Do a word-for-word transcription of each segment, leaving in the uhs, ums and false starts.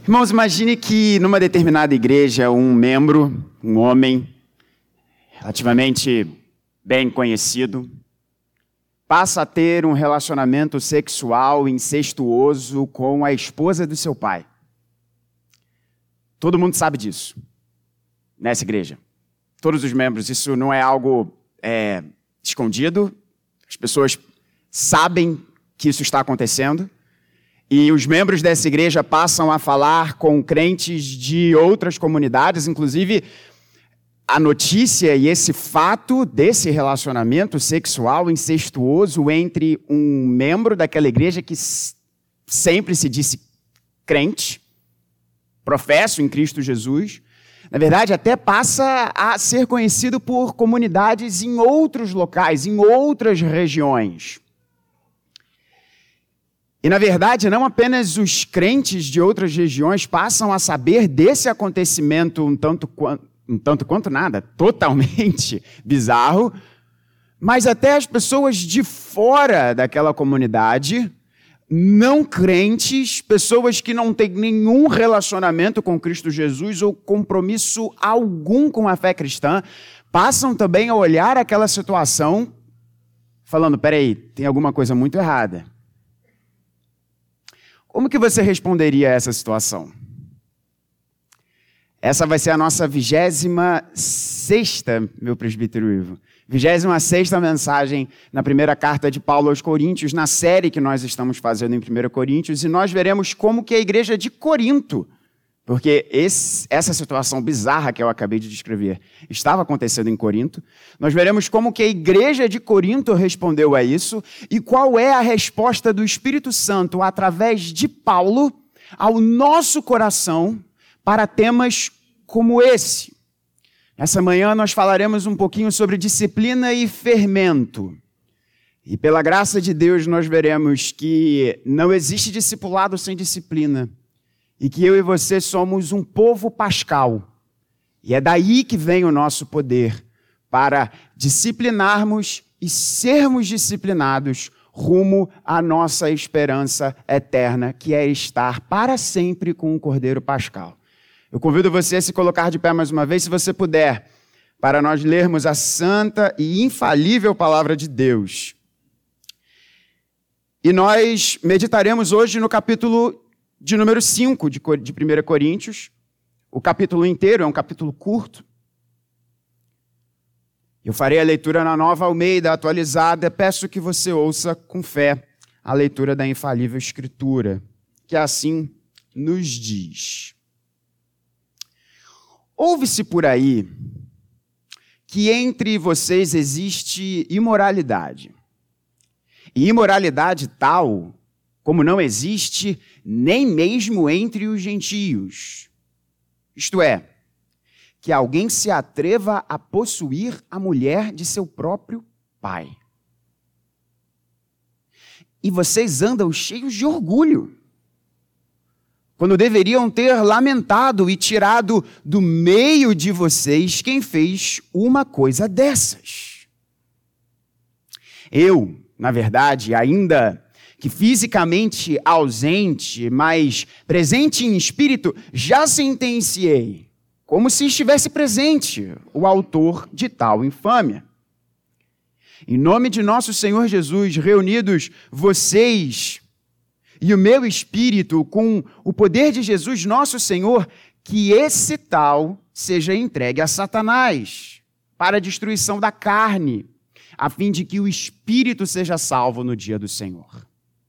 Irmãos, imagine que numa determinada igreja, um membro, um homem, relativamente bem conhecido, passa a ter um relacionamento sexual incestuoso com a esposa do seu pai. Todo mundo sabe disso, nessa igreja. Todos os membros, isso não é algo é, escondido, as pessoas sabem que isso está acontecendo. E os membros dessa igreja passam a falar com crentes de outras comunidades, inclusive a notícia e esse fato desse relacionamento sexual incestuoso entre um membro daquela igreja que sempre se disse crente, professo em Cristo Jesus, na verdade até passa a ser conhecido por comunidades em outros locais, em outras regiões. E, na verdade, não apenas os crentes de outras regiões passam a saber desse acontecimento um tanto, um tanto quanto nada, totalmente bizarro, mas até as pessoas de fora daquela comunidade, não crentes, pessoas que não têm nenhum relacionamento com Cristo Jesus ou compromisso algum com a fé cristã, passam também a olhar aquela situação falando, peraí, tem alguma coisa muito errada. Como que você responderia a essa situação? Essa vai ser a nossa vigésima sexta, meu presbítero Ivo, vigésima sexta mensagem na primeira carta de Paulo aos Coríntios, na série que nós estamos fazendo em primeira Coríntios, e nós veremos como que a igreja de Corinto, porque esse, essa situação bizarra que eu acabei de descrever estava acontecendo em Corinto. Nós veremos como que a igreja de Corinto respondeu a isso e qual é a resposta do Espírito Santo através de Paulo ao nosso coração para temas como esse. Essa manhã nós falaremos um pouquinho sobre disciplina e fermento. E pela graça de Deus nós veremos que não existe discipulado sem disciplina. E que eu e você somos um povo pascal. E é daí que vem o nosso poder para disciplinarmos e sermos disciplinados rumo à nossa esperança eterna, que é estar para sempre com o Cordeiro Pascal. Eu convido você a se colocar de pé mais uma vez, se você puder, para nós lermos a santa e infalível palavra de Deus. E nós meditaremos hoje no capítulo de número cinco de primeira Coríntios, o capítulo inteiro, é um capítulo curto. Eu farei a leitura na Nova Almeida atualizada, peço que você ouça com fé a leitura da infalível Escritura, que assim nos diz. Ouve-se por aí que entre vocês existe imoralidade, e imoralidade tal como não existe nem mesmo entre os gentios. Isto é, que alguém se atreva a possuir a mulher de seu próprio pai. E vocês andam cheios de orgulho, quando deveriam ter lamentado e tirado do meio de vocês quem fez uma coisa dessas. Eu, na verdade, ainda que fisicamente ausente, mas presente em espírito, já sentenciei, como se estivesse presente, o autor de tal infâmia. Em nome de nosso Senhor Jesus, reunidos vocês e o meu espírito com o poder de Jesus, nosso Senhor, que esse tal seja entregue a Satanás para a destruição da carne, a fim de que o espírito seja salvo no dia do Senhor.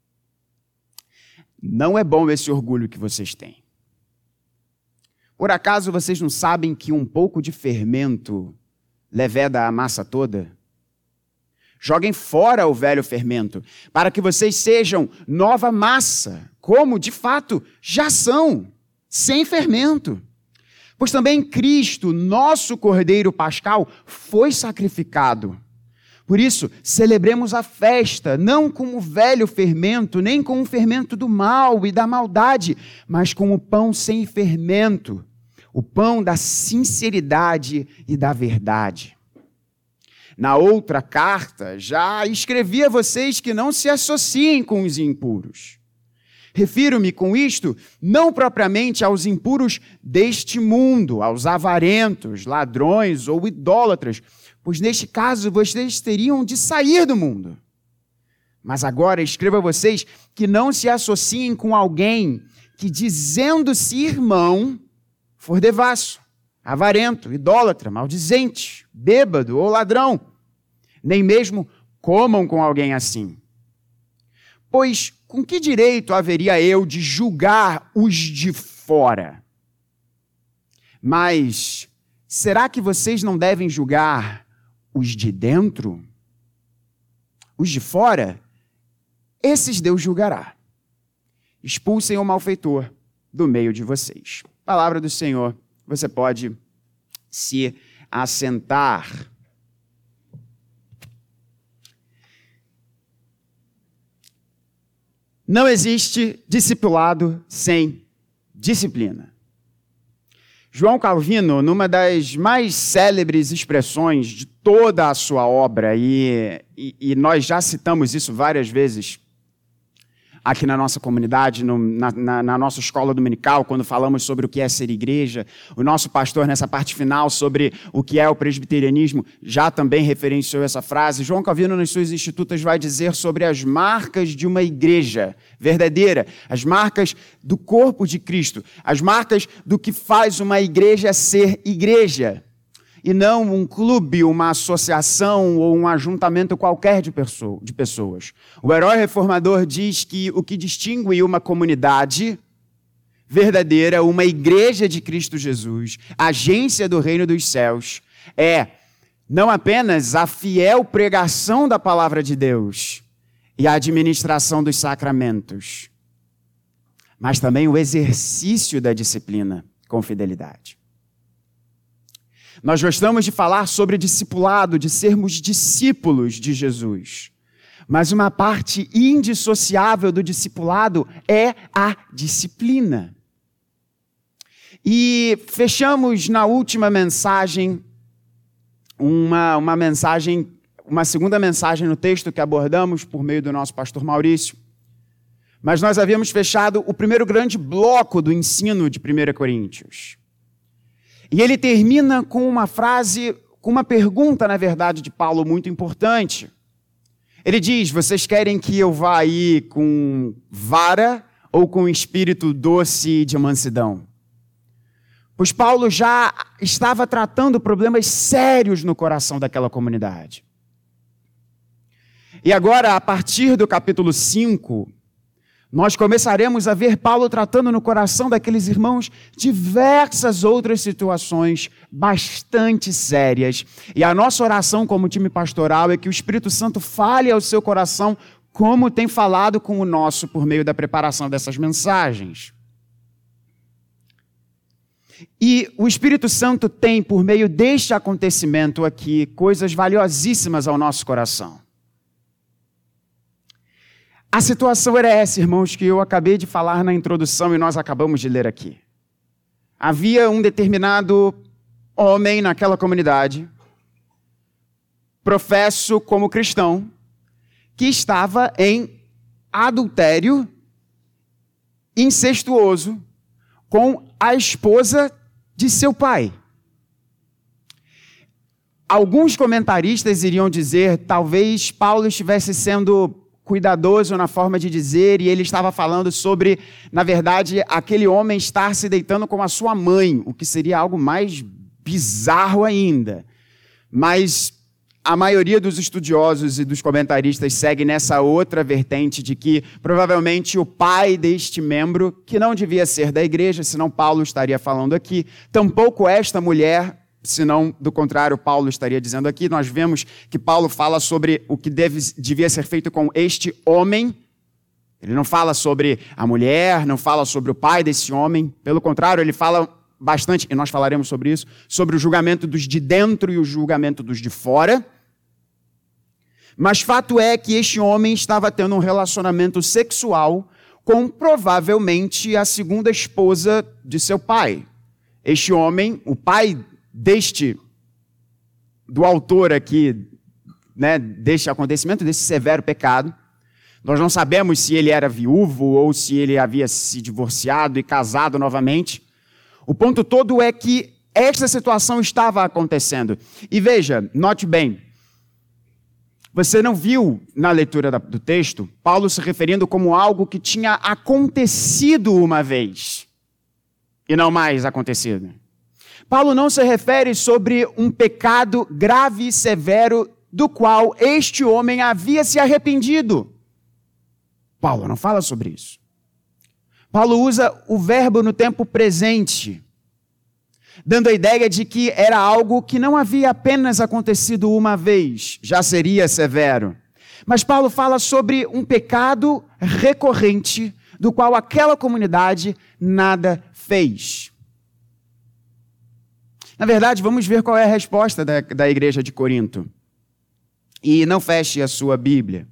Não é bom esse orgulho que vocês têm. Por acaso vocês não sabem que um pouco de fermento leveda a massa toda? Joguem fora o velho fermento, para que vocês sejam nova massa, como de fato já são, sem fermento. Pois também Cristo, nosso Cordeiro Pascal, foi sacrificado. Por isso, celebremos a festa, não com o velho fermento, nem com o fermento do mal e da maldade, mas com o pão sem fermento, o pão da sinceridade e da verdade. Na outra carta, já escrevi a vocês que não se associem com os impuros. Refiro-me com isto não propriamente aos impuros deste mundo, aos avarentos, ladrões ou idólatras, pois neste caso vocês teriam de sair do mundo. Mas agora escrevo a vocês que não se associem com alguém que, dizendo-se irmão, for devasso, avarento, idólatra, maldizente, bêbado ou ladrão. Nem mesmo comam com alguém assim. Pois com que direito haveria eu de julgar os de fora? Mas será que vocês não devem julgar os de dentro? Os de fora? Esses Deus julgará. Expulsem o malfeitor do meio de vocês. Palavra do Senhor, você pode se assentar. Não existe discipulado sem disciplina. João Calvino, numa das mais célebres expressões de toda a sua obra, e, e, e nós já citamos isso várias vezes aqui na nossa comunidade, no, na, na, na nossa escola dominical, quando falamos sobre o que é ser igreja, o nosso pastor, nessa parte final, sobre o que é o presbiterianismo, já também referenciou essa frase. João Calvino, nas suas institutas, vai dizer sobre as marcas de uma igreja verdadeira, as marcas do corpo de Cristo, as marcas do que faz uma igreja ser igreja, e não um clube, uma associação ou um ajuntamento qualquer de pessoas. O herói reformador diz que o que distingue uma comunidade verdadeira, uma igreja de Cristo Jesus, agência do reino dos céus, é não apenas a fiel pregação da palavra de Deus e a administração dos sacramentos, mas também o exercício da disciplina com fidelidade. Nós gostamos de falar sobre discipulado, de sermos discípulos de Jesus. Mas uma parte indissociável do discipulado é a disciplina. E fechamos na última mensagem, uma, uma mensagem, uma segunda mensagem no texto que abordamos por meio do nosso pastor Maurício. Mas nós havíamos fechado o primeiro grande bloco do ensino de primeira Coríntios. E ele termina com uma frase, com uma pergunta, na verdade, de Paulo muito importante. Ele diz: vocês querem que eu vá aí com vara ou com espírito doce de mansidão? Pois Paulo já estava tratando problemas sérios no coração daquela comunidade. E agora, a partir do capítulo cinco, nós começaremos a ver Paulo tratando no coração daqueles irmãos diversas outras situações bastante sérias. E a nossa oração como time pastoral é que o Espírito Santo fale ao seu coração como tem falado com o nosso por meio da preparação dessas mensagens. E o Espírito Santo tem, por meio deste acontecimento aqui, coisas valiosíssimas ao nosso coração. A situação era essa, irmãos, que eu acabei de falar na introdução e nós acabamos de ler aqui. Havia um determinado homem naquela comunidade, professo como cristão, que estava em adultério incestuoso com a esposa de seu pai. Alguns comentaristas iriam dizer, talvez Paulo estivesse sendo cuidadoso na forma de dizer, e ele estava falando sobre, na verdade, aquele homem estar se deitando com a sua mãe, o que seria algo mais bizarro ainda. Mas a maioria dos estudiosos e dos comentaristas segue nessa outra vertente de que provavelmente o pai deste membro, que não devia ser da igreja, senão Paulo estaria falando aqui, tampouco esta mulher, senão, do contrário, Paulo estaria dizendo aqui. Nós vemos que Paulo fala sobre o que deve, devia ser feito com este homem. Ele não fala sobre a mulher, não fala sobre o pai desse homem. Pelo contrário, ele fala bastante, e nós falaremos sobre isso, sobre o julgamento dos de dentro e o julgamento dos de fora. Mas fato é que este homem estava tendo um relacionamento sexual com provavelmente a segunda esposa de seu pai. Este homem, o pai deste, do autor aqui, né, deste acontecimento, desse severo pecado, Nós não sabemos se ele era viúvo ou se ele havia se divorciado e casado novamente. O ponto todo é que esta situação estava acontecendo. E veja, note bem, você não viu na leitura do texto Paulo se referindo como algo que tinha acontecido uma vez e não mais acontecido. Paulo não se refere sobre um pecado grave e severo do qual este homem havia se arrependido. Paulo não fala sobre isso. Paulo usa o verbo no tempo presente, dando a ideia de que era algo que não havia apenas acontecido uma vez, já seria severo. Mas Paulo fala sobre um pecado recorrente, do qual aquela comunidade nada fez. Na verdade, vamos ver qual é a resposta da, da igreja de Corinto. E não feche a sua Bíblia.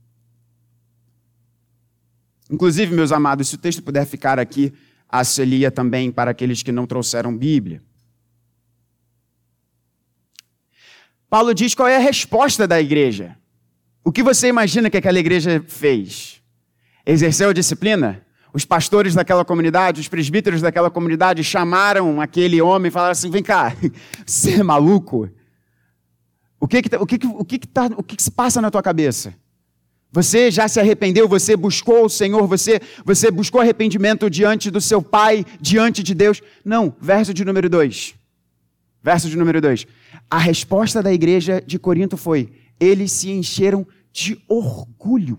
Inclusive, meus amados, se o texto puder ficar aqui, a Celia também para aqueles que não trouxeram Bíblia. Paulo diz qual é a resposta da igreja. O que você imagina que aquela igreja fez? Exerceu a disciplina? Os pastores daquela comunidade, os presbíteros daquela comunidade chamaram aquele homem e falaram assim, vem cá, você é maluco? O que que, o que, o que, que, tá, o que, que se passa na tua cabeça? Você já se arrependeu, você buscou o Senhor, você, você buscou arrependimento diante do seu Pai, diante de Deus? Não, verso de número dois. Verso de número dois. A resposta da igreja de Corinto foi, eles se encheram de orgulho.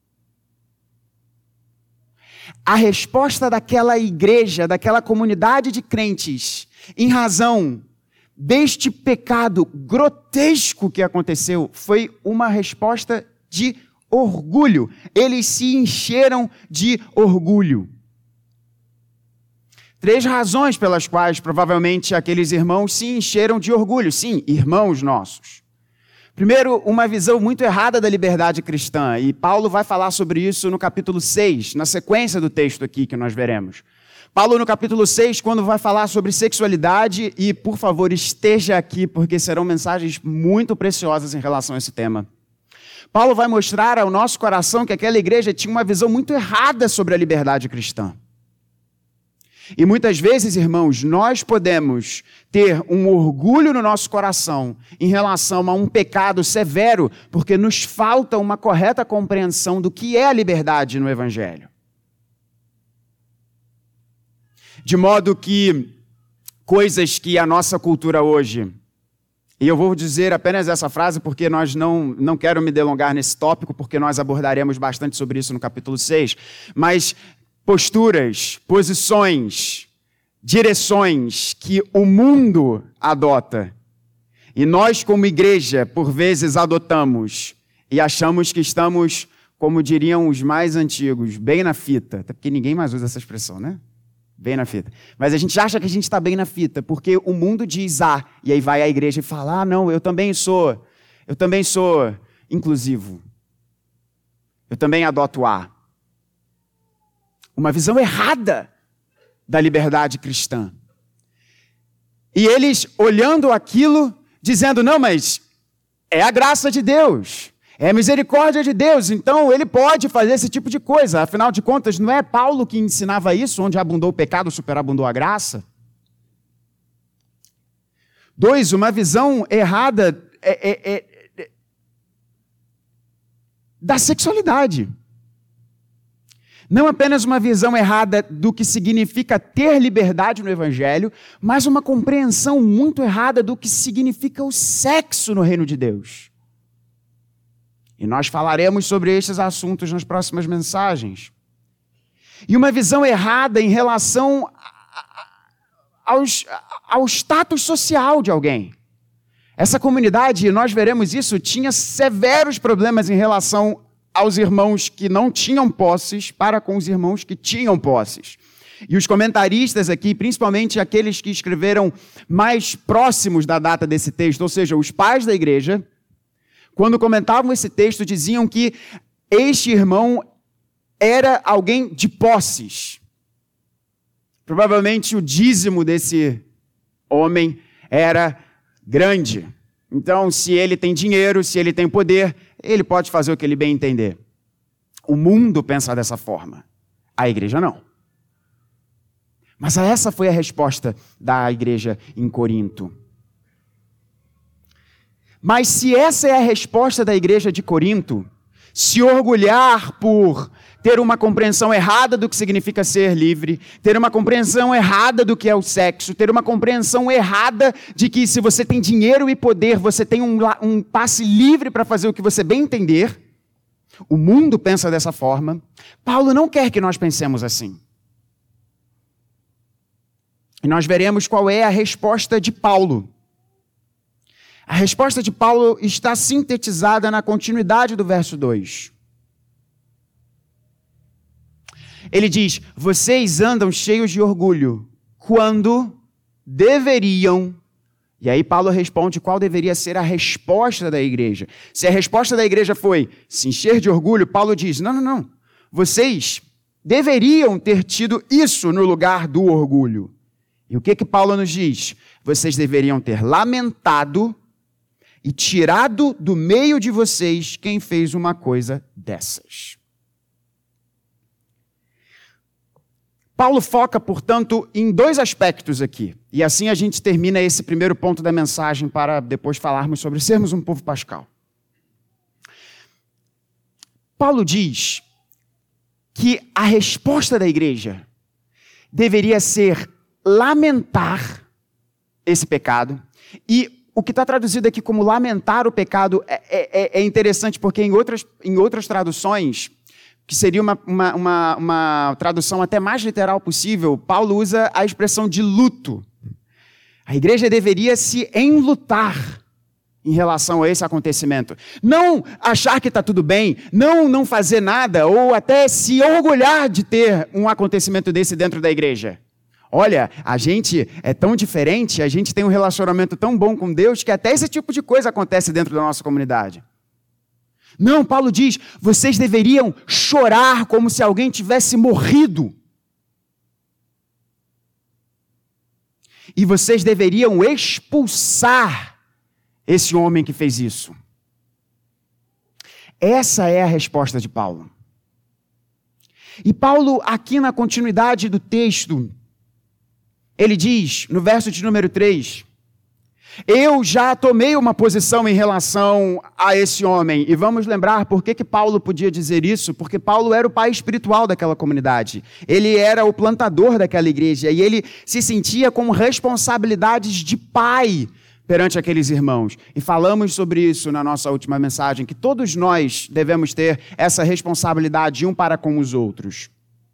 A resposta daquela igreja, daquela comunidade de crentes, em razão deste pecado grotesco que aconteceu, foi uma resposta de orgulho. Eles se encheram de orgulho. Três razões pelas quais provavelmente aqueles irmãos se encheram de orgulho. Sim, irmãos nossos. Primeiro, uma visão muito errada da liberdade cristã. E Paulo vai falar sobre isso no capítulo seis, na sequência do texto aqui que nós veremos. Paulo, no capítulo seis, quando vai falar sobre sexualidade, e por favor, esteja aqui, porque serão mensagens muito preciosas em relação a esse tema. Paulo vai mostrar ao nosso coração que aquela igreja tinha uma visão muito errada sobre a liberdade cristã. E muitas vezes, irmãos, nós podemos ter um orgulho no nosso coração em relação a um pecado severo, porque nos falta uma correta compreensão do que é a liberdade no Evangelho. De modo que coisas que a nossa cultura hoje, e eu vou dizer apenas essa frase porque nós não, não quero me delongar nesse tópico, porque nós abordaremos bastante sobre isso no capítulo seis, mas posturas, posições, direções que o mundo adota e nós como igreja por vezes adotamos e achamos que estamos, como diriam os mais antigos, bem na fita, até porque ninguém mais usa essa expressão, né? Bem na fita. Mas a gente acha que a gente está bem na fita, porque o mundo diz A, e aí vai a igreja e fala, ah, não, eu também sou, eu também sou inclusivo. Eu também adoto A. Uma visão errada da liberdade cristã. E eles olhando aquilo, dizendo, não, mas é a graça de Deus, é a misericórdia de Deus, então ele pode fazer esse tipo de coisa. Afinal de contas, não é Paulo que ensinava isso, onde abundou o pecado, superabundou a graça? Dois, uma visão errada é, é, é, da sexualidade. Não apenas uma visão errada do que significa ter liberdade no Evangelho, mas uma compreensão muito errada do que significa o sexo no reino de Deus. E nós falaremos sobre estes assuntos nas próximas mensagens. E uma visão errada em relação aos, ao status social de alguém. Essa comunidade, nós veremos isso, tinha severos problemas em relação aos irmãos que não tinham posses para com os irmãos que tinham posses. E os comentaristas aqui, principalmente aqueles que escreveram mais próximos da data desse texto, ou seja, os pais da igreja, quando comentavam esse texto, diziam que este irmão era alguém de posses. Provavelmente o dízimo desse homem era grande. Então, se ele tem dinheiro, se ele tem poder, ele pode fazer o que ele bem entender. O mundo pensa dessa forma, a igreja não. Mas essa foi a resposta da igreja em Corinto. Mas se essa é a resposta da igreja de Corinto, se orgulhar por ter uma compreensão errada do que significa ser livre, ter uma compreensão errada do que é o sexo, ter uma compreensão errada de que se você tem dinheiro e poder, você tem um, um passe livre para fazer o que você bem entender, o mundo pensa dessa forma. Paulo não quer que nós pensemos assim. E nós veremos qual é a resposta de Paulo. A resposta de Paulo está sintetizada na continuidade do verso dois. Ele diz: vocês andam cheios de orgulho, quando deveriam... E aí Paulo responde qual deveria ser a resposta da igreja. Se a resposta da igreja foi se encher de orgulho, Paulo diz: não, não, não. Vocês deveriam ter tido isso no lugar do orgulho. E o que que Paulo nos diz? Vocês deveriam ter lamentado e tirado do meio de vocês quem fez uma coisa dessas. Paulo foca, portanto, em dois aspectos aqui. E assim a gente termina esse primeiro ponto da mensagem para depois falarmos sobre sermos um povo pascal. Paulo diz que a resposta da igreja deveria ser lamentar esse pecado. E o que está traduzido aqui como lamentar o pecado é, é, é interessante porque em outras, em outras traduções, que seria uma, uma, uma, uma tradução até mais literal possível, Paulo usa a expressão de luto. A igreja deveria se enlutar em relação a esse acontecimento. Não achar que está tudo bem, não não fazer nada, ou até se orgulhar de ter um acontecimento desse dentro da igreja. Olha, a gente é tão diferente, a gente tem um relacionamento tão bom com Deus, que até esse tipo de coisa acontece dentro da nossa comunidade. Não, Paulo diz, vocês deveriam chorar como se alguém tivesse morrido. E vocês deveriam expulsar esse homem que fez isso. Essa é a resposta de Paulo. E Paulo, aqui na continuidade do texto, ele diz, no verso de número três, eu já tomei uma posição em relação a esse homem. E vamos lembrar por que que Paulo podia dizer isso, porque Paulo era o pai espiritual daquela comunidade. Ele era o plantador daquela igreja e ele se sentia com responsabilidades de pai perante aqueles irmãos. E falamos sobre isso na nossa última mensagem, que todos nós devemos ter essa responsabilidade um para com os outros.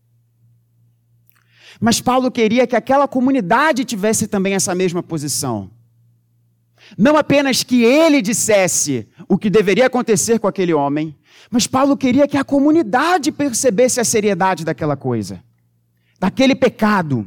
Mas Paulo queria que aquela comunidade tivesse também essa mesma posição. Não apenas que ele dissesse o que deveria acontecer com aquele homem, mas Paulo queria que a comunidade percebesse a seriedade daquela coisa, daquele pecado.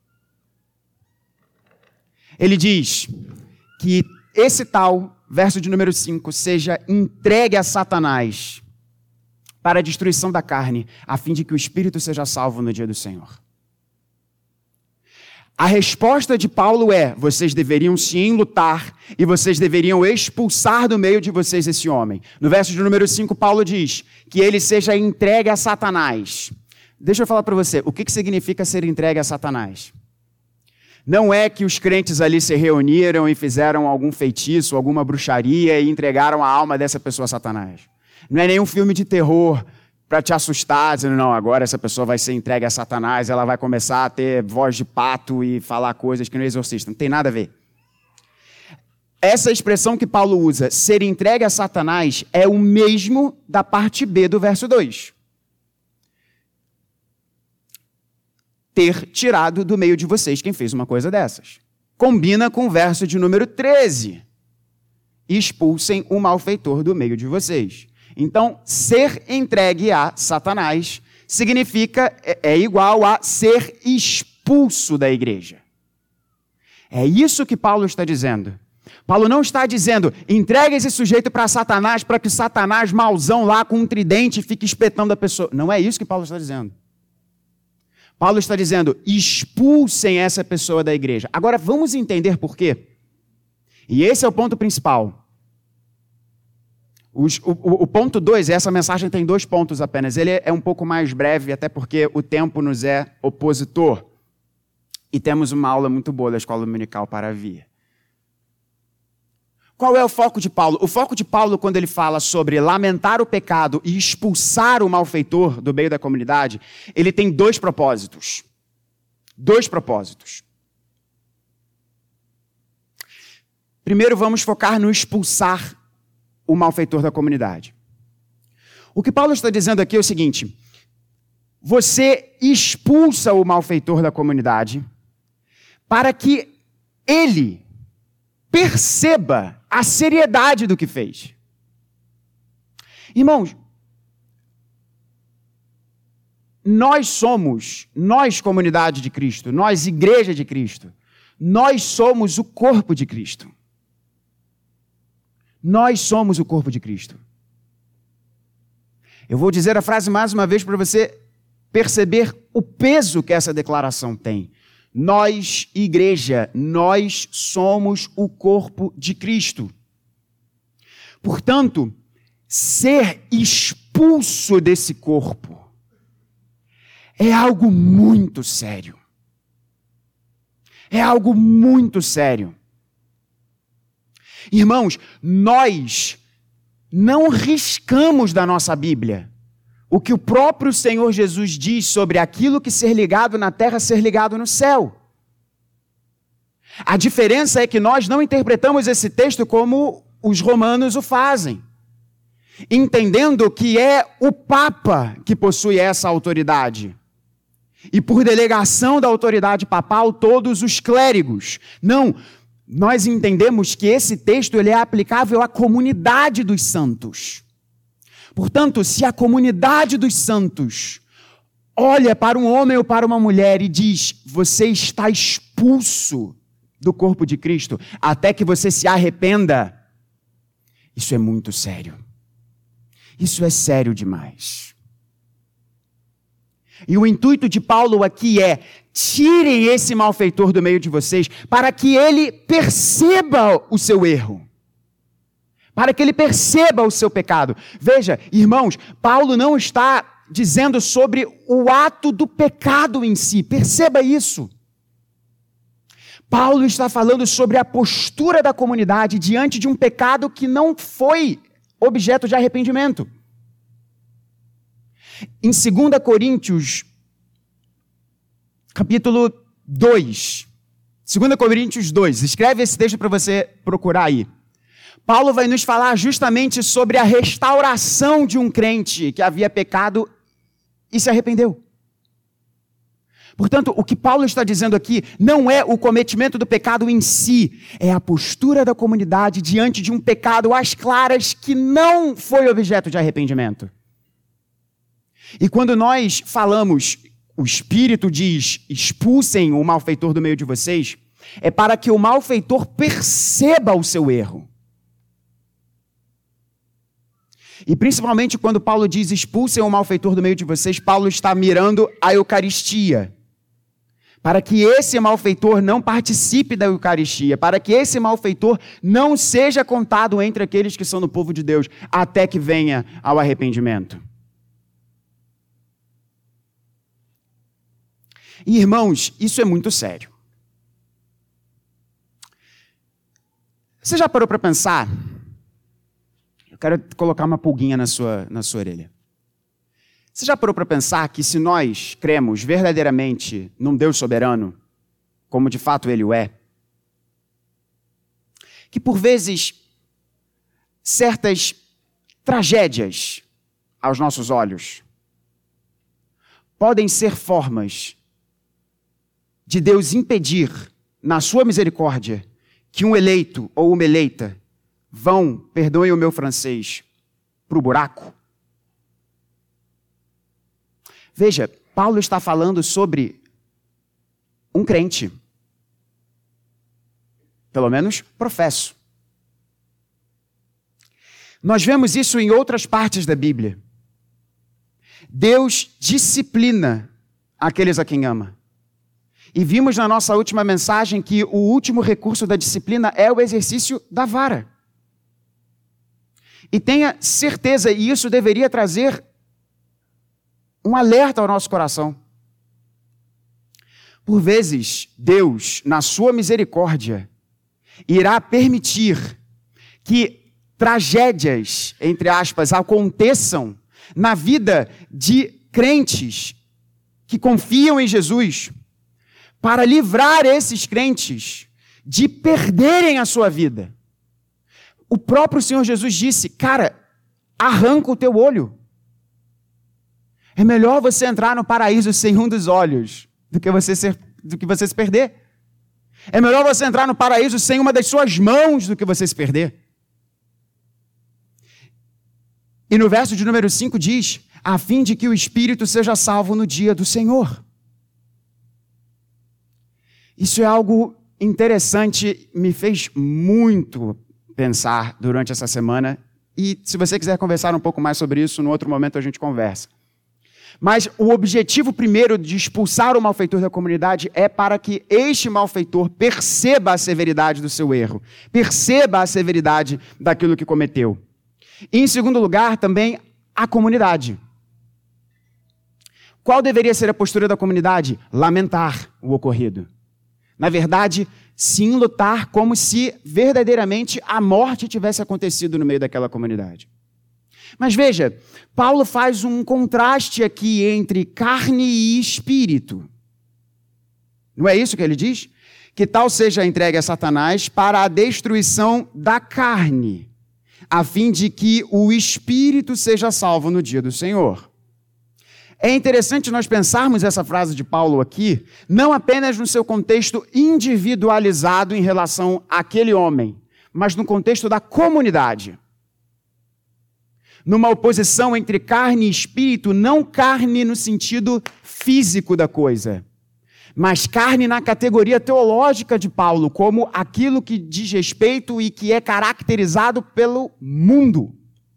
Ele diz que esse tal, verso de número cinco, seja entregue a Satanás para a destruição da carne, a fim de que o espírito seja salvo no dia do Senhor. A resposta de Paulo é, vocês deveriam se enlutar e vocês deveriam expulsar do meio de vocês esse homem. No verso de número cinco, Paulo diz que ele seja entregue a Satanás. Deixa eu falar para você, o que que significa ser entregue a Satanás? Não é que os crentes ali se reuniram e fizeram algum feitiço, alguma bruxaria e entregaram a alma dessa pessoa a Satanás. Não é nenhum filme de terror para te assustar, dizendo, não, agora essa pessoa vai ser entregue a Satanás, ela vai começar a ter voz de pato e falar coisas que não é exorcista. Não tem nada a ver. Essa expressão que Paulo usa, ser entregue a Satanás, é o mesmo da parte B do verso dois. Ter tirado do meio de vocês quem fez uma coisa dessas. Combina com o verso de número treze. Expulsem o malfeitor do meio de vocês. Então, ser entregue a Satanás significa, é, é igual a ser expulso da igreja. É isso que Paulo está dizendo. Paulo não está dizendo, entregue esse sujeito para Satanás, para que Satanás, mauzão lá com um tridente, fique espetando a pessoa. Não é isso que Paulo está dizendo. Paulo está dizendo, expulsem essa pessoa da igreja. Agora, vamos entender por quê. E esse é o ponto principal. Os, o, o ponto dois, essa mensagem tem dois pontos apenas. Ele é um pouco mais breve, até porque o tempo nos é opositor. E temos uma aula muito boa da escola dominical para vir. Qual é o foco de Paulo? O foco de Paulo, quando ele fala sobre lamentar o pecado e expulsar o malfeitor do meio da comunidade, ele tem dois propósitos. Dois propósitos. Primeiro, vamos focar no expulsar o malfeitor da comunidade. O que Paulo está dizendo aqui é o seguinte: você expulsa o malfeitor da comunidade para que ele perceba a seriedade do que fez. Irmãos, nós somos, nós comunidade de Cristo, nós igreja de Cristo, nós somos o corpo de Cristo. Nós somos o corpo de Cristo. Eu vou dizer a frase mais uma vez para você perceber o peso que essa declaração tem. Nós, igreja, nós somos o corpo de Cristo. Portanto, ser expulso desse corpo é algo muito sério. É algo muito sério. Irmãos, nós não riscamos da nossa Bíblia o que o próprio Senhor Jesus diz sobre aquilo que ser ligado na terra, ser ligado no céu. A diferença é que nós não interpretamos esse texto como os romanos o fazem, entendendo que é o Papa que possui essa autoridade. E por delegação da autoridade papal, todos os clérigos. Não, nós entendemos que esse texto ele é aplicável à comunidade dos santos. Portanto, se a comunidade dos santos olha para um homem ou para uma mulher e diz: você está expulso do corpo de Cristo até que você se arrependa, isso é muito sério. Isso é sério demais. E o intuito de Paulo aqui é: tirem esse malfeitor do meio de vocês, para que ele perceba o seu erro. Para que ele perceba o seu pecado. Veja, irmãos, Paulo não está dizendo sobre o ato do pecado em si. Perceba isso. Paulo está falando sobre a postura da comunidade diante de um pecado que não foi objeto de arrependimento. Em dois Coríntios, capítulo dois, dois Coríntios dois, escreve esse texto para você procurar aí. Paulo vai nos falar justamente sobre a restauração de um crente que havia pecado e se arrependeu. Portanto, o que Paulo está dizendo aqui não é o cometimento do pecado em si, é a postura da comunidade diante de um pecado às claras que não foi objeto de arrependimento. E quando nós falamos, o Espírito diz: expulsem o malfeitor do meio de vocês, é para que o malfeitor perceba o seu erro. E principalmente quando Paulo diz: expulsem o malfeitor do meio de vocês, Paulo está mirando a Eucaristia. Para que esse malfeitor não participe da Eucaristia, para que esse malfeitor não seja contado entre aqueles que são do povo de Deus, até que venha ao arrependimento. E, irmãos, isso é muito sério. Você já parou para pensar? Eu quero colocar uma pulguinha na sua, na sua orelha. Você já parou para pensar que se nós cremos verdadeiramente num Deus soberano, como de fato Ele o é, que por vezes certas tragédias aos nossos olhos podem ser formas de Deus impedir, na sua misericórdia, que um eleito ou uma eleita vão, perdoem o meu francês, para o buraco? Veja, Paulo está falando sobre um crente. Pelo menos professo. Nós vemos isso em outras partes da Bíblia. Deus disciplina aqueles a quem ama. E vimos na nossa última mensagem que o último recurso da disciplina é o exercício da vara. E tenha certeza, e isso deveria trazer um alerta ao nosso coração. Por vezes, Deus, na sua misericórdia, irá permitir que tragédias, entre aspas, aconteçam na vida de crentes que confiam em Jesus, para livrar esses crentes de perderem a sua vida. O próprio Senhor Jesus disse, cara, arranca o teu olho. É melhor você entrar no paraíso sem um dos olhos do que você, ser, do que você se perder. É melhor você entrar no paraíso sem uma das suas mãos do que você se perder. E no verso de número cinco diz, a fim de que o espírito seja salvo no dia do Senhor. Isso é algo interessante, me fez muito pensar durante essa semana, e se você quiser conversar um pouco mais sobre isso, no outro momento a gente conversa. Mas o objetivo primeiro de expulsar o malfeitor da comunidade é para que este malfeitor perceba a severidade do seu erro, perceba a severidade daquilo que cometeu. E em segundo lugar, também a comunidade. Qual deveria ser a postura da comunidade? Lamentar o ocorrido. Na verdade, sim, lutar como se verdadeiramente a morte tivesse acontecido no meio daquela comunidade. Mas veja, Paulo faz um contraste aqui entre carne e espírito. Não é isso que ele diz? Que tal seja entregue a Satanás para a destruição da carne, a fim de que o espírito seja salvo no dia do Senhor. É interessante nós pensarmos essa frase de Paulo aqui, não apenas no seu contexto individualizado em relação àquele homem, mas no contexto da comunidade. Numa oposição entre carne e espírito, não carne no sentido físico da coisa, mas carne na categoria teológica de Paulo, como aquilo que diz respeito e que é caracterizado pelo mundo.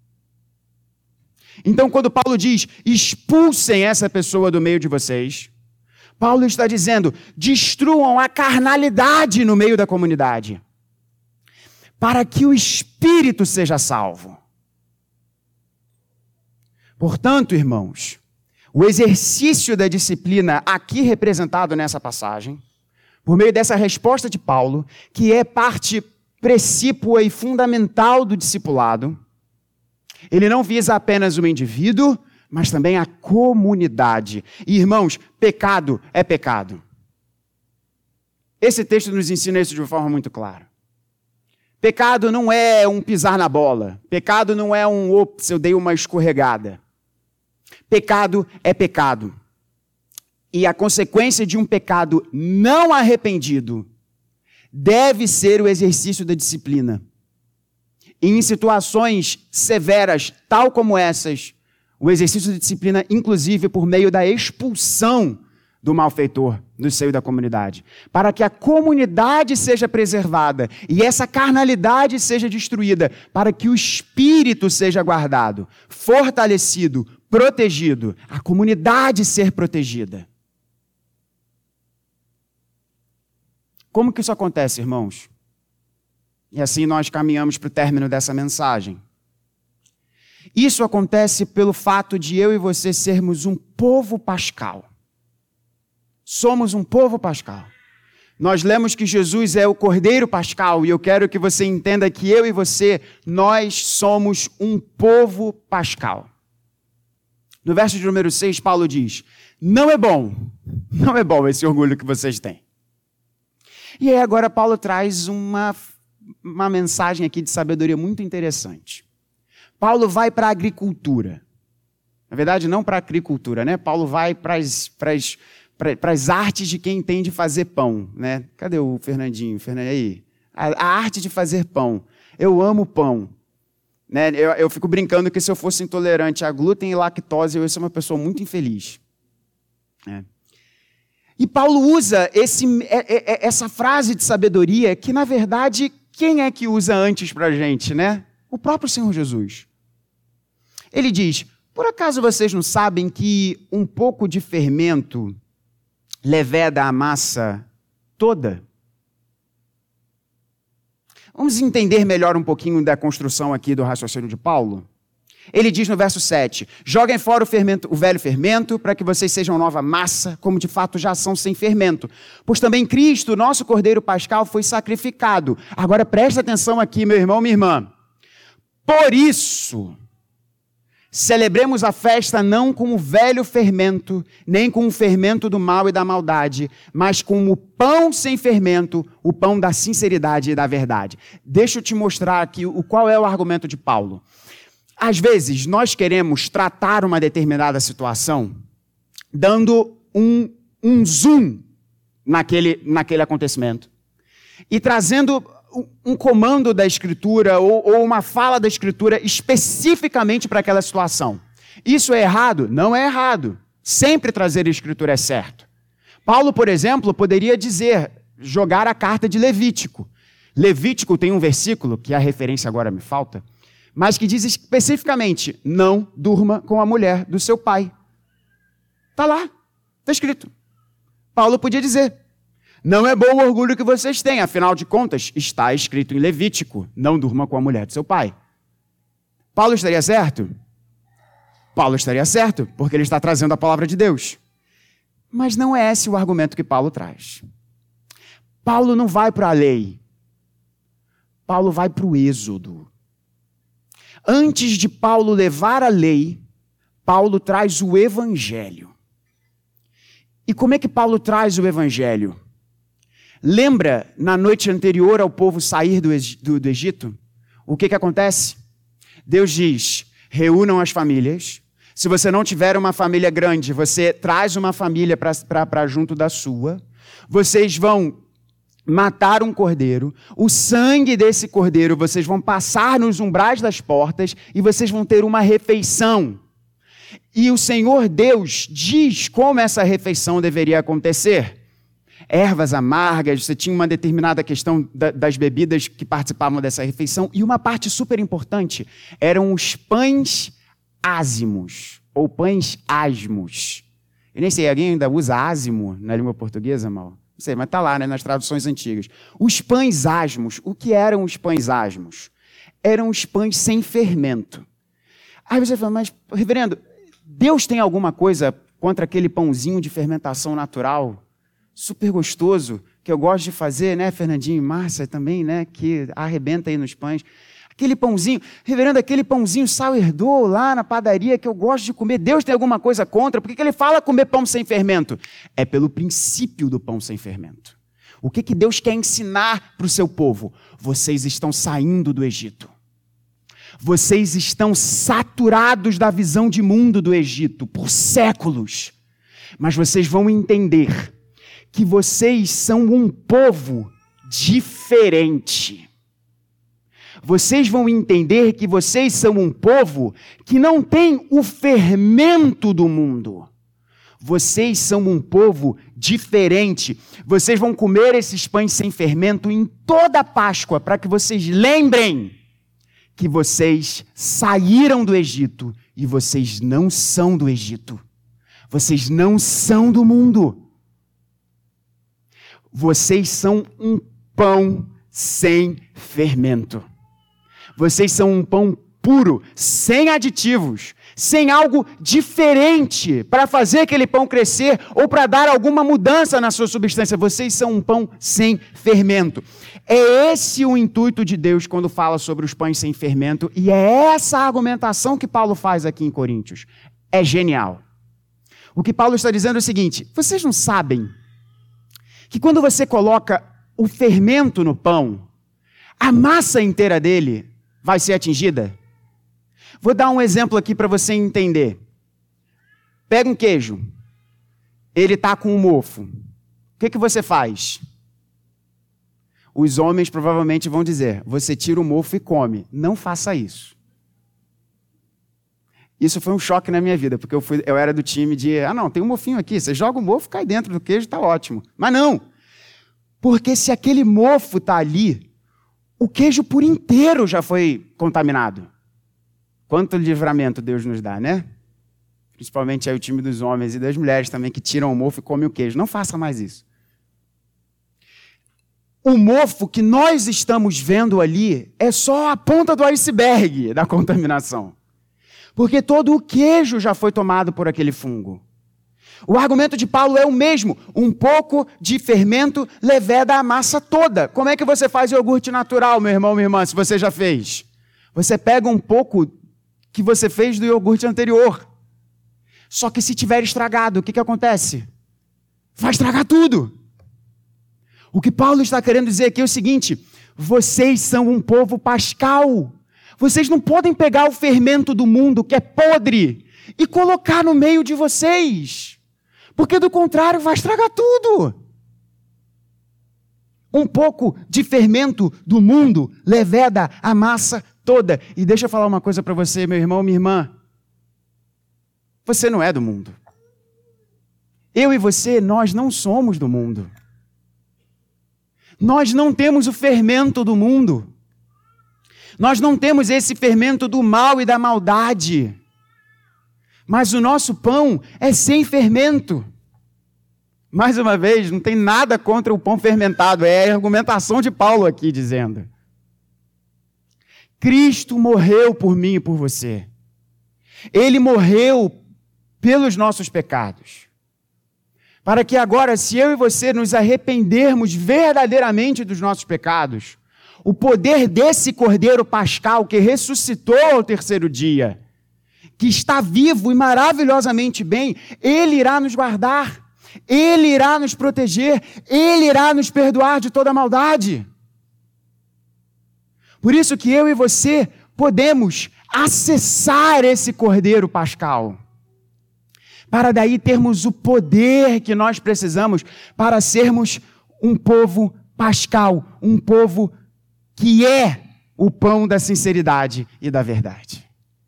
Então, quando Paulo diz, expulsem essa pessoa do meio de vocês, Paulo está dizendo, destruam a carnalidade no meio da comunidade, para que o espírito seja salvo. Portanto, irmãos, o exercício da disciplina aqui representado nessa passagem, por meio dessa resposta de Paulo, que é parte precípua e fundamental do discipulado, ele não visa apenas o indivíduo, mas também a comunidade. E, irmãos, pecado é pecado. Esse texto nos ensina isso de uma forma muito clara. Pecado não é um pisar na bola. Pecado não é um, ops, eu dei uma escorregada. Pecado é pecado. E a consequência de um pecado não arrependido deve ser o exercício da disciplina. E em situações severas, tal como essas, o exercício de disciplina, inclusive por meio da expulsão do malfeitor do seio da comunidade, para que a comunidade seja preservada e essa carnalidade seja destruída, para que o espírito seja guardado, fortalecido, protegido, a comunidade ser protegida. Como que isso acontece, irmãos? E assim nós caminhamos para o término dessa mensagem. Isso acontece pelo fato de eu e você sermos um povo pascal. Somos um povo pascal. Nós lemos que Jesus é o Cordeiro Pascal, e eu quero que você entenda que eu e você, nós somos um povo pascal. No verso de número seis, Paulo diz, não é bom, não é bom esse orgulho que vocês têm. E aí agora Paulo traz uma, uma mensagem aqui de sabedoria muito interessante. Paulo vai para a agricultura. Na verdade, não para a agricultura, né? Paulo vai para as... para as artes de quem entende fazer pão, né? Cadê o Fernandinho? Fernandinho aí. A, a arte de fazer pão. Eu amo pão. Né? Eu, eu fico brincando que se eu fosse intolerante a glúten e lactose, eu ia ser uma pessoa muito infeliz. É. E Paulo usa esse, essa frase de sabedoria que, na verdade, quem é que usa antes para a gente, né? O próprio Senhor Jesus. Ele diz, por acaso vocês não sabem que um pouco de fermento leveda a massa toda? Vamos entender melhor um pouquinho da construção aqui do raciocínio de Paulo? Ele diz no verso sete, joguem fora o, fermento, o velho fermento, para que vocês sejam nova massa, como de fato já são sem fermento. Pois também Cristo, nosso Cordeiro Pascal, foi sacrificado. Agora presta atenção aqui, meu irmão, minha irmã. Por isso, celebremos a festa não com o velho fermento, nem com o fermento do mal e da maldade, mas com o pão sem fermento, o pão da sinceridade e da verdade. Deixa eu te mostrar aqui o, qual é o argumento de Paulo. Às vezes, nós queremos tratar uma determinada situação dando um, um zoom naquele, naquele acontecimento e trazendo um comando da Escritura ou, ou uma fala da Escritura especificamente para aquela situação. Isso é errado? Não é errado. Sempre trazer a Escritura é certo. Paulo, por exemplo, poderia dizer, jogar a carta de Levítico. Levítico tem um versículo, que a referência agora me falta, mas que diz especificamente, não durma com a mulher do seu pai. Está lá, está escrito. Paulo podia dizer, não é bom o orgulho que vocês têm, afinal de contas, está escrito em Levítico, não durma com a mulher do seu pai. Paulo estaria certo? Paulo estaria certo, porque ele está trazendo a palavra de Deus. Mas não é esse o argumento que Paulo traz. Paulo não vai para a lei. Paulo vai para o Êxodo. Antes de Paulo levar a lei, Paulo traz o Evangelho. E como é que Paulo traz o Evangelho? Lembra, na noite anterior ao povo sair do, do, do Egito? O que que acontece? Deus diz, reúnam as famílias. Se você não tiver uma família grande, você traz uma família para junto da sua. Vocês vão matar um cordeiro, o sangue desse cordeiro vocês vão passar nos umbrais das portas e vocês vão ter uma refeição. E o Senhor Deus diz como essa refeição deveria acontecer. Ervas amargas, você tinha uma determinada questão da, das bebidas que participavam dessa refeição, e uma parte super importante eram os pães ázimos, ou pães asmos. Eu nem sei, alguém ainda usa ázimo na língua portuguesa, mal? Não sei, mas está lá, né, nas traduções antigas. Os pães asmos, o que eram os pães asmos? Eram os pães sem fermento. Aí você fala, mas, reverendo, Deus tem alguma coisa contra aquele pãozinho de fermentação natural, super gostoso, que eu gosto de fazer, né, Fernandinho e Márcia também, né, que arrebenta aí nos pães. Aquele pãozinho, reverendo, aquele pãozinho sourdough lá na padaria que eu gosto de comer, Deus tem alguma coisa contra? Por que que ele fala comer pão sem fermento? É pelo princípio do pão sem fermento. O que que Deus quer ensinar para o seu povo? Vocês estão saindo do Egito. Vocês estão saturados da visão de mundo do Egito por séculos. Mas vocês vão entender que vocês são um povo diferente. Vocês vão entender que vocês são um povo que não tem o fermento do mundo. Vocês são um povo diferente. Vocês vão comer esses pães sem fermento em toda a Páscoa, para que vocês lembrem que vocês saíram do Egito e vocês não são do Egito. Vocês não são do mundo. Vocês são um pão sem fermento. Vocês são um pão puro, sem aditivos, sem algo diferente para fazer aquele pão crescer ou para dar alguma mudança na sua substância. Vocês são um pão sem fermento. É esse o intuito de Deus quando fala sobre os pães sem fermento, e é essa a argumentação que Paulo faz aqui em Coríntios. É genial. O que Paulo está dizendo é o seguinte: vocês não sabem que quando você coloca o fermento no pão, a massa inteira dele vai ser atingida? Vou dar um exemplo aqui para você entender. Pega um queijo, ele está com um mofo. O que que você faz? Os homens provavelmente vão dizer, você tira o mofo e come. Não faça isso. Isso foi um choque na minha vida, porque eu, fui, eu era do time de, ah não, tem um mofinho aqui, você joga o mofo, cai dentro do queijo, está ótimo. Mas não, porque se aquele mofo está ali, o queijo por inteiro já foi contaminado. Quanto livramento Deus nos dá, né? Principalmente aí o time dos homens e das mulheres também que tiram o mofo e comem o queijo. Não faça mais isso. o mofo que nós estamos vendo ali é só a ponta do iceberg da contaminação. Porque todo o queijo já foi tomado por aquele fungo. O argumento de Paulo é o mesmo. Um pouco de fermento leveda a massa toda. Como é que você faz iogurte natural, meu irmão, minha irmã, se você já fez? Você pega um pouco que você fez do iogurte anterior. Só que se tiver estragado, o que, que acontece? Vai estragar tudo. O que Paulo está querendo dizer aqui é o seguinte: vocês são um povo pascal. Vocês não podem pegar o fermento do mundo, que é podre, e colocar no meio de vocês. Porque do contrário vai estragar tudo. Um pouco de fermento do mundo leveda a massa toda. E deixa eu falar uma coisa para você, meu irmão, minha irmã. Você não é do mundo. Eu e você, nós não somos do mundo. Nós não temos o fermento do mundo. Nós não temos esse fermento do mal e da maldade. Mas o nosso pão é sem fermento. Mais uma vez, não tem nada contra o pão fermentado. É a argumentação de Paulo aqui dizendo: Cristo morreu por mim e por você. Ele morreu pelos nossos pecados. Para que agora, se eu e você nos arrependermos verdadeiramente dos nossos pecados, o poder desse Cordeiro Pascal que ressuscitou ao terceiro dia, que está vivo e maravilhosamente bem, Ele irá nos guardar, Ele irá nos proteger, Ele irá nos perdoar de toda maldade. Por isso que eu e você podemos acessar esse Cordeiro Pascal, para daí termos o poder que nós precisamos para sermos um povo pascal, um povo que é o pão da sinceridade e da verdade.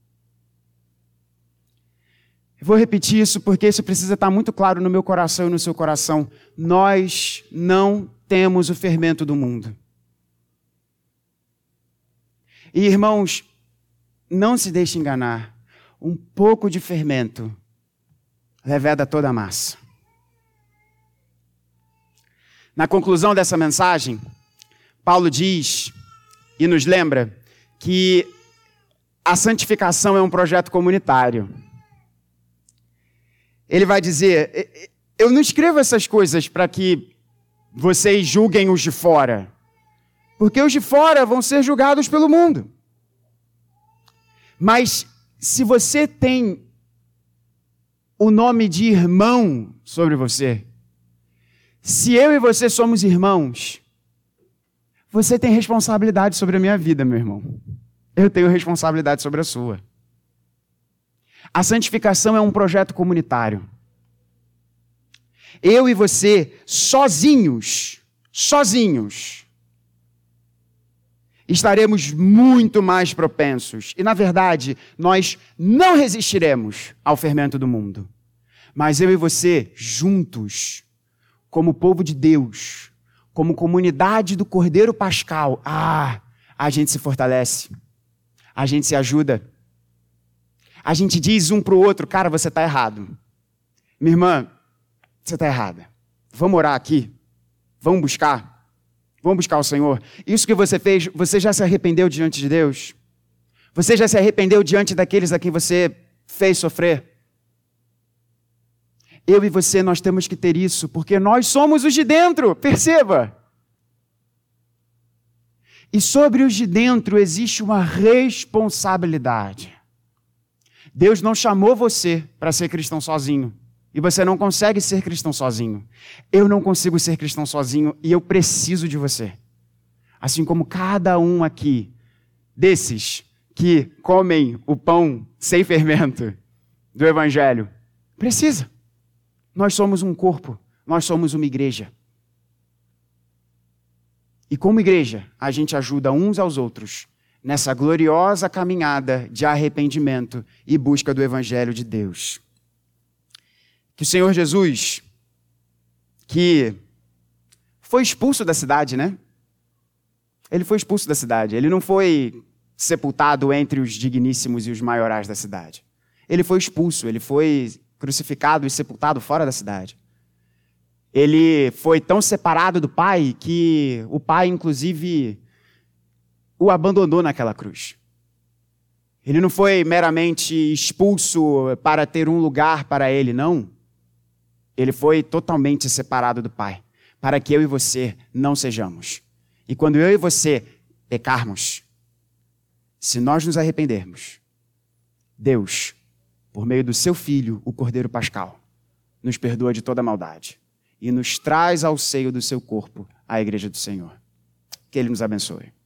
Eu vou repetir isso porque isso precisa estar muito claro no meu coração e no seu coração. Nós não temos o fermento do mundo. E, irmãos, não se deixe enganar. Um pouco de fermento leveda toda a massa. Na conclusão dessa mensagem, Paulo diz e nos lembra que a santificação é um projeto comunitário. Ele vai dizer: eu não escrevo essas coisas para que vocês julguem os de fora, porque os de fora vão ser julgados pelo mundo. Mas se você tem o nome de irmão sobre você, se eu e você somos irmãos, você tem responsabilidade sobre a minha vida, meu irmão. Eu tenho responsabilidade sobre a sua. A santificação é um projeto comunitário. Eu e você, sozinhos, sozinhos, estaremos muito mais propensos. E, na verdade, nós não resistiremos ao fermento do mundo. Mas eu e você, juntos, como povo de Deus, como comunidade do Cordeiro Pascal, ah, a gente se fortalece, a gente se ajuda, a gente diz um para o outro: cara, você está errado. Minha irmã, você está errada. Vamos orar aqui, vamos buscar. Vamos buscar o Senhor. Isso que você fez, você já se arrependeu diante de Deus? Você já se arrependeu diante daqueles a quem você fez sofrer? Eu e você, nós temos que ter isso, porque nós somos os de dentro, perceba. E sobre os de dentro existe uma responsabilidade. Deus não chamou você para ser cristão sozinho. E você não consegue ser cristão sozinho. Eu não consigo ser cristão sozinho e eu preciso de você. Assim como cada um aqui, desses que comem o pão sem fermento do Evangelho, precisa. Nós somos um corpo, nós somos uma igreja. E como igreja, a gente ajuda uns aos outros nessa gloriosa caminhada de arrependimento e busca do Evangelho de Deus. Que o Senhor Jesus, que foi expulso da cidade, né? Ele foi expulso da cidade. Ele não foi sepultado entre os digníssimos e os maiorais da cidade. Ele foi expulso, ele foi crucificado e sepultado fora da cidade. Ele foi tão separado do Pai que o Pai, inclusive, o abandonou naquela cruz. Ele não foi meramente expulso para ter um lugar para ele, não. Ele foi totalmente separado do Pai, para que eu e você não sejamos. E quando eu e você pecarmos, se nós nos arrependermos, Deus, por meio do seu Filho, o Cordeiro Pascal, nos perdoa de toda maldade e nos traz ao seio do seu corpo, a igreja do Senhor. Que Ele nos abençoe.